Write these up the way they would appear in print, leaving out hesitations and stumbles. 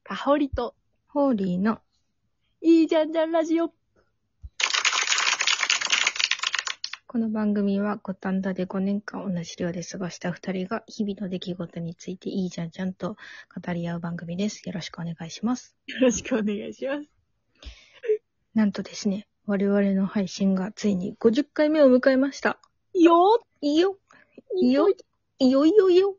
かほりと、 ホーリーのいいじゃんじゃんラジオ。 この番組は五反田で5年間同じ寮で過ごした2人が日々の出来事についていいじゃんじゃんと語り合う番組です。よろしくお願いします。 よろしくお願いします。 なんとですね、我々の配信がついに50回目を迎えました。 いいよいいよーいいよいいよいいよいいよ。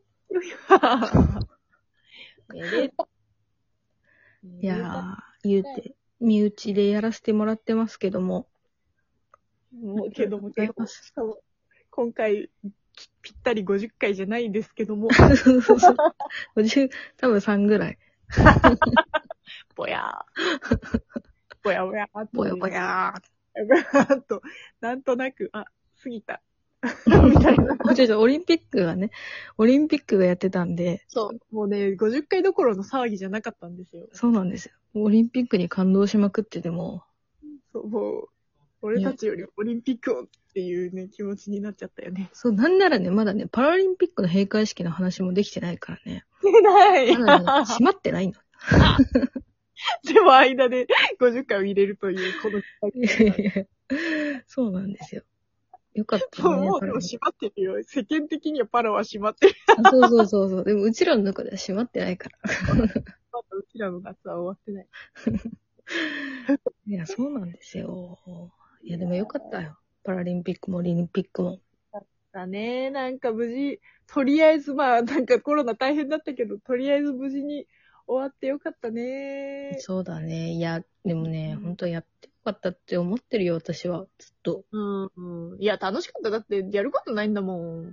めでた。 いやー、言うて身内でやらせてもらってますけども。 もうけども、 しかも今回、ぴったり50回じゃないんですけども。 そうそうそう。50、多分3ぐらい。 ぼやー。ぼやぼやーっと。 ぼやぼやー。 ぼやーっと、なんとなく、あ、過ぎた。みたいな。 オリンピックがやってたんで。 そう。もうね、50回どころの騒ぎじゃなかったんですよ。 そうなんですよ。オリンピックに感動しまくってても。 そう、もう、俺たちよりオリンピックをっていうね、気持ちになっちゃったよね。 そう、なんならね、まだね、パラリンピックの閉会式の話もできてないからね。 出ない。 まだね、閉まってないの。 でも間で50回を入れるという、この企画。 そうなんですよ。よかったね。 もうでも閉まってるよ。世間的にはパラは閉まってる。 そう。でもうちらの中では閉まってないから。 まだうちらの夏は終わってない。 いや、そうなんですよ。いや、でもよかったよ。パラリンピックもオリンピックも。 だね。なんか無事、とりあえずまあなんかコロナ大変だったけど、とりあえず無事に終わってよかったね。 そうだね。いや、でもね、本当やってよかったって思ってるよ、私は。ずっと。 うん。いや、楽しかった。だって、やることないんだもん。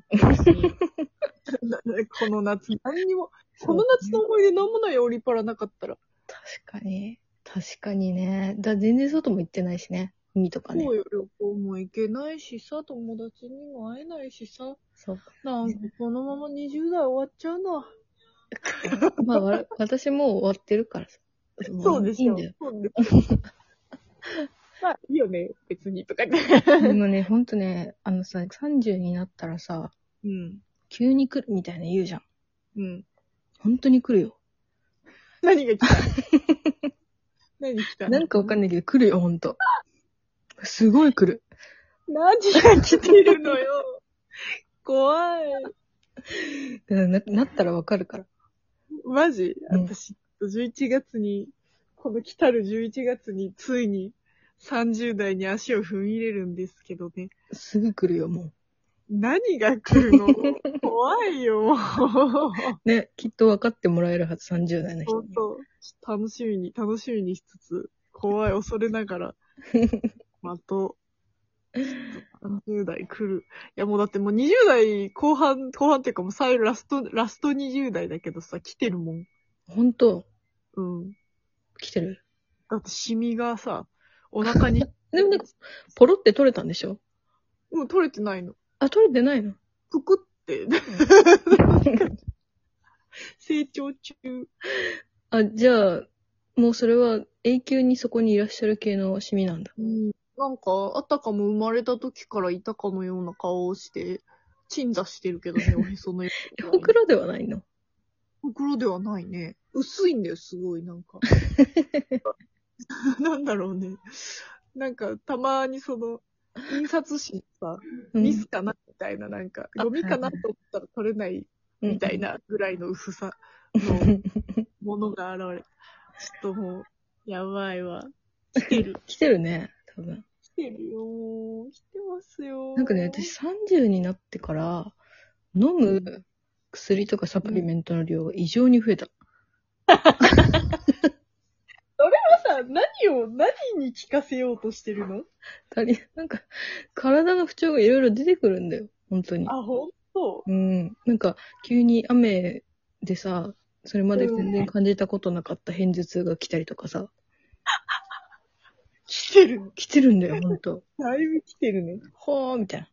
この夏、何にも、この夏の思い出なんもないよ、オリパラなかったら。 確かにね。全然外も行ってないしね。海とかね。 そうよ、旅行も行けないしさ、友達にも会えないしさ。 そう。 なんかこのまま20代終わっちゃうな。 まあ、私もう終わってるからさ。 そうですよ。 いいんだよ。 そうですよ。まあ、いいよね、別に、とか言って。 でもね、ほんとね、さ、30になったらさ、 うん。 急に来るみたいな言うじゃん。 うん。 本当に来るよ。 何が来た何来たなんかわかんないけど来るよ、ほんと。すごい来る。 何が来てるのよ。怖い。 なったらわかるから。 マジ、 うん私、11月に、この来たる11月に、ついに30代に足を踏み入れるんですけどね。 すぐ来るよ、も何が来るの怖いよ。 う。ね、きっと分かってもらえるはず、30代の人に。 本当楽しみにしつつ、怖い、恐れながら、30代来る。いやもうだってもう20代後半っていうかもう最後ラスト20代だけどさ、来てるもん。 ほんと、 うん。 来てる。 だってシミがさ、お腹に、 でもなんか、ポロって取れたんでしょ？ もう取れてないの。 あ、取れてないの？ ぷくって。成長中。 あ、じゃあ、もうそれは永久にそこにいらっしゃる系のシミなんだ。 うん。なんか、あたかも生まれた時からいたかのような顔をして、鎮座してるけどね、おへそのように。 ほくろではないの？ ほくろではないね。薄いんだよ、すごい、なんか。なんだろうね。なんか、たまにその、印刷紙さ、ミスかなみたいな、なんか、ゴミかなと思ったら取れないみたいなぐらいの薄さのものが現れた。ちょっともう、やばいわ。来てる。 来てるね、多分。 来てるよー。来てますよー。 なんかね、私30になってから、飲む薬とかサプリメントの量が異常に増えた。 さ、何に聞かせようとしてるの？ なんか、体の不調がいろいろ出てくるんだよ。本当に。 あ、ほんと？ うん。なんか、急に雨でさ、それまで全然感じたことなかった片頭痛が来たりとかさ。 来てる。 来てるんだよ、ほんと。 だいぶ来てるね。 ほーみたいな。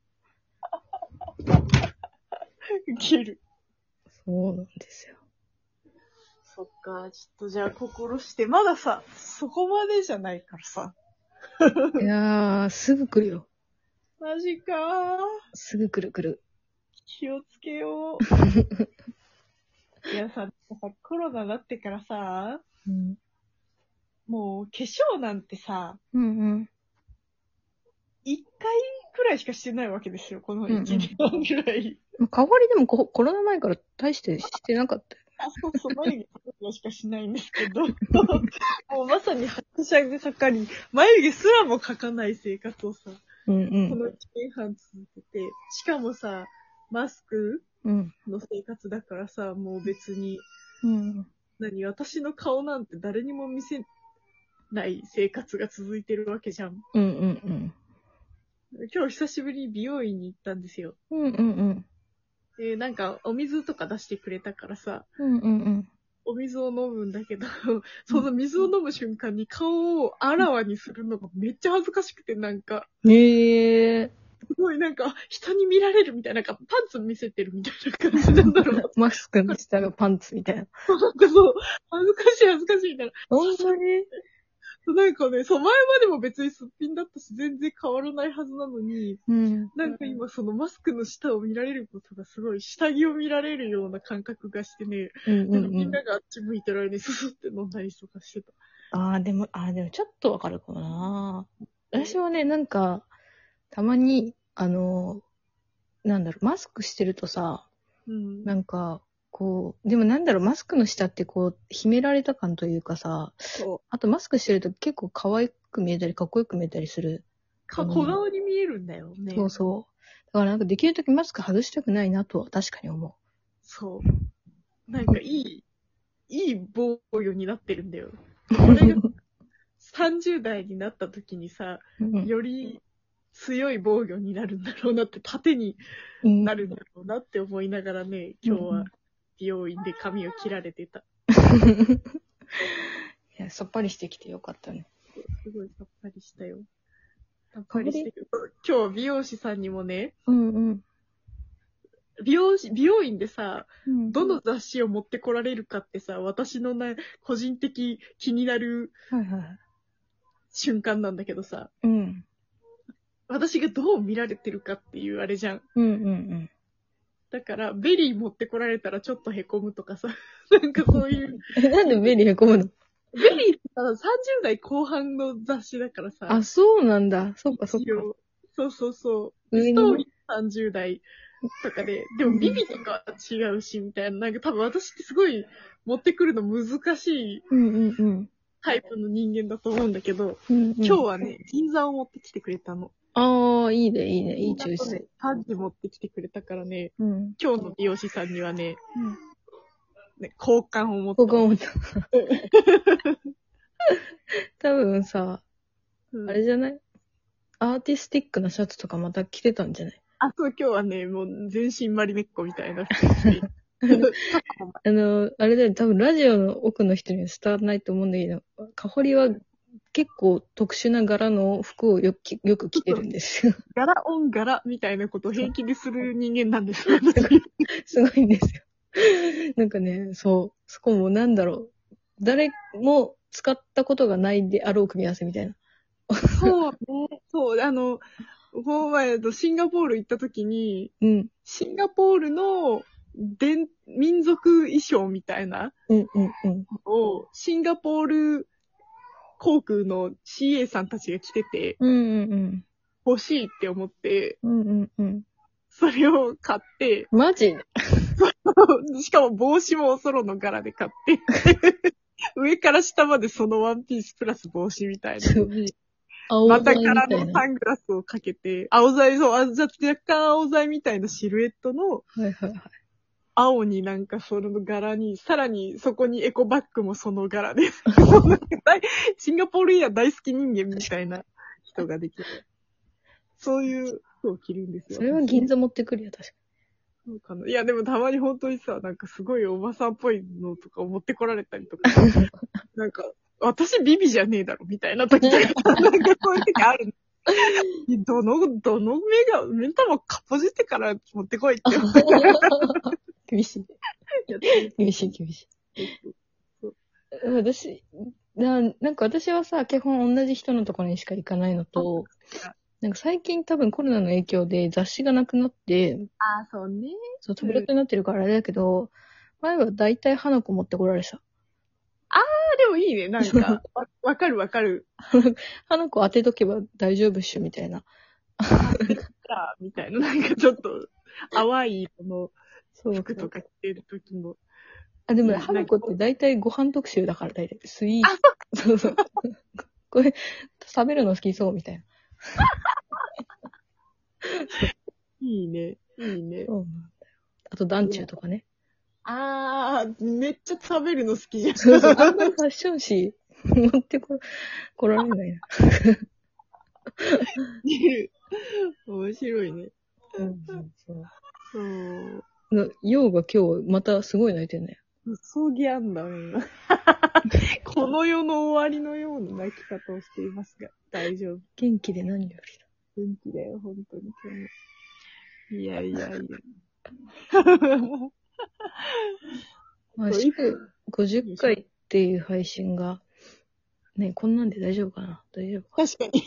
ウケる。 そうなんですよ。 そっか、ちょっとじゃあ心して、まださ、そこまでじゃないからさ。 いやー、すぐ来るよ。 マジかー。 すぐ来る。 気をつけよう。 いやさ、コロナになってからさ、 うん。 もう化粧なんてさ、 うんうん。 一回くらいしかしてないわけですよ、このうんうん 1年半ぐらい。 香りでもコロナ前から大してしてなかったよ。 あ、そうそう、眉毛くらいしかしないんですけど、もうまさに拍車でかかり、眉毛すらも描かない生活をさ、 うんうん。 この1年半続けて、しかもさ、マスクうん。 の生活だからさ、もう別に、 うん。 私の顔なんて誰にも見せない生活が続いてるわけじゃん。 うんうん今日久しぶりに美容院に行ったんですよ。 うん。うんうんうん。 で、なんかお水とか出してくれたからさ、 うんうんうん。 お水を飲むんだけど、その水を飲む瞬間に顔をあらわにするのがめっちゃ恥ずかしくて、なんか、 へえ。 すごいなんか、人に見られるみたいな、なんかパンツ見せてるみたいな感じなんだろう。 マスクの下がパンツみたいな。 なんかそう、恥ずかしい恥ずかしいみたいな。 ほんまになんかね、そう、前までも別にすっぴんだったし、全然変わらないはずなのに、 うん。 なんか今そのマスクの下を見られることがすごい、下着を見られるような感覚がしてね、 うんなんかみうん。 んながあっち向いてる間にススって飲んだりとかしてた。 でもちょっとわかるかもな。私はね、なんか、たまに、マスクしてるとさ、 うん。 なんか、でもマスクの下って秘められた感というかさ、 そう。 あとマスクしてると結構可愛く見えたり、かっこよく見えたりする。 小顔に見えるんだよね。 そうそう。だからなんかできるだけマスク外したくないなとは確かに思そう。なんかいい防御になってるんだよ。俺が30代になった時にさ、 う。うんより強い防御になるんだろうなって、盾にうんなるんだろうなって思いながらね、今日は美容院で髪を切られてた。 いや、さっぱりしてきてよかったね。 すごいさっぱりしたよ。さっぱりしてる。今日美容師さんにもね、 うんうん。 美容院でさ、 うんどの雑誌を持ってこられるかってさ、私のね、個人的気になるはいはい。 瞬間なんだけどさ、 うん。 私がどう見られてるかっていうあれじゃん。 うんうんうん。 だから、ベリー持ってこられたらちょっと凹むとかさ、なんかそういう。 なんでベリーへこむの？ ベリーってさ、30代後半の雑誌だからさ。 あ、そうなんだ。そっかそっか。 そうそうそう。 上にストーリー30代とかで、でもビビとかは違うし、みたいな。なんか多分私ってすごい持ってくるの難しいうんうんうん。 タイプの人間だと思うんだけど、 うんうん、 今日はね、銀座を持ってきてくれたの。 ああ、いいね、いいね。いいチョイス。 3時持ってきてくれたからね、 うん。 今日の美容師さんにはね、 うん。 好感を持った。 僕は思った。多分さ、 うん、 あれじゃない？アーティスティックなシャツとかまた着てたんじゃない？ そう、今日はね、もう全身マリメッコみたいな服着て。 あれだよ、多分ラジオの奥の人には伝わらないと思うんだけど、かほりは結構特殊な柄の服をよく着てるんですよ。 柄オン柄みたいなことを平気でする人間なんですよ。 すごいんですよ。なんかね、そこも誰も使ったことがないであろう組み合わせみたいな。 そうね。そう、この前、シンガポール行った時に、 うん。 シンガポールの民族衣装みたいなうんうんうん。 を、シンガポール航空の CA さんたちが着てて、 うんうんうん。 欲しいって思って、 うんうんうん。 それを買って、 マジ？ しかも帽子もおそろの柄で買って、上から下までそのワンピースプラス帽子みたいなのに、また柄のサングラスをかけて、若干青材みたいなシルエットの、 はいはいはい。 青になんかその柄に、さらにそこにエコバッグもその柄で、シンガポールイヤー大好き人間みたいな人ができる。そういう服を着るんですよ。 それは銀座持ってくるよ、確かそうかな。いや、でもたまに本当にさ、なんかすごいおばさんっぽいのとかを持ってこられたりとか、なんか、私ビビじゃねえだろ、みたいな時とか、なんかそういう時ある。どの目玉かっぽじってから持ってこいって。 厳しい。厳しい。なんか私はさ、基本同じ人のところにしか行かないのと、なんか最近多分コロナの影響で雑誌がなくなって、 そうね。 そう、タブレットになってるからあれだけど、 前は大体花子持ってこられた。 でもいいね。なんか、わかるわかる。 花子当てとけば大丈夫っしょ、みたいな。 みたいな、なんかちょっと、淡い色のそう。 服とか着てる時も。 あ、でもね、 うん花子って大体ご飯特集だから大体、スイーツ。そうそう。これ、食べるの好きそうみたいな。 いいね。いいね。 そうなんだよ。あと、団中とかね。 めっちゃ食べるの好きじゃん。 そうそう。あんまりファッション誌持って来られないな。 面白いね。 うんそうそう。 ヨウが今日またすごい泣いてんね。 そうぎゃんだね。この世の終わりのような泣き方をしていますが、大丈夫。 元気で何より元気だよ、本当に今日も。いやいやいや。 まあ、祝50回っていう配信が、ね、こんなんで大丈夫かな大丈夫か確かに。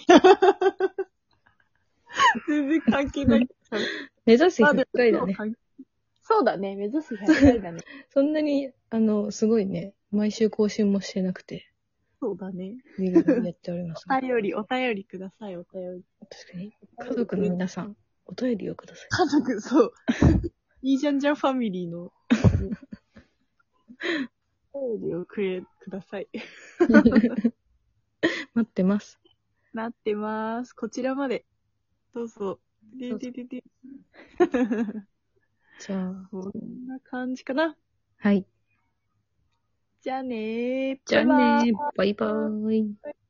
全然関係ない。 目指す100回だね。 そうだね、目指す100回だね。 そんなに、すごいね、毎週更新もしてなくて、 そうだね。 いろいろやっております、 お便りください、お便り。 確かに。家族の皆さん、お便りをください。 家族、そう。いいじゃんじゃんファミリーの、お便りをください。 待ってます。 なってます。こちらまで。どうぞ。で。 じゃあ。 こんな感じかな。 はい。 じゃあねー。 じゃあねー。バイバーイ。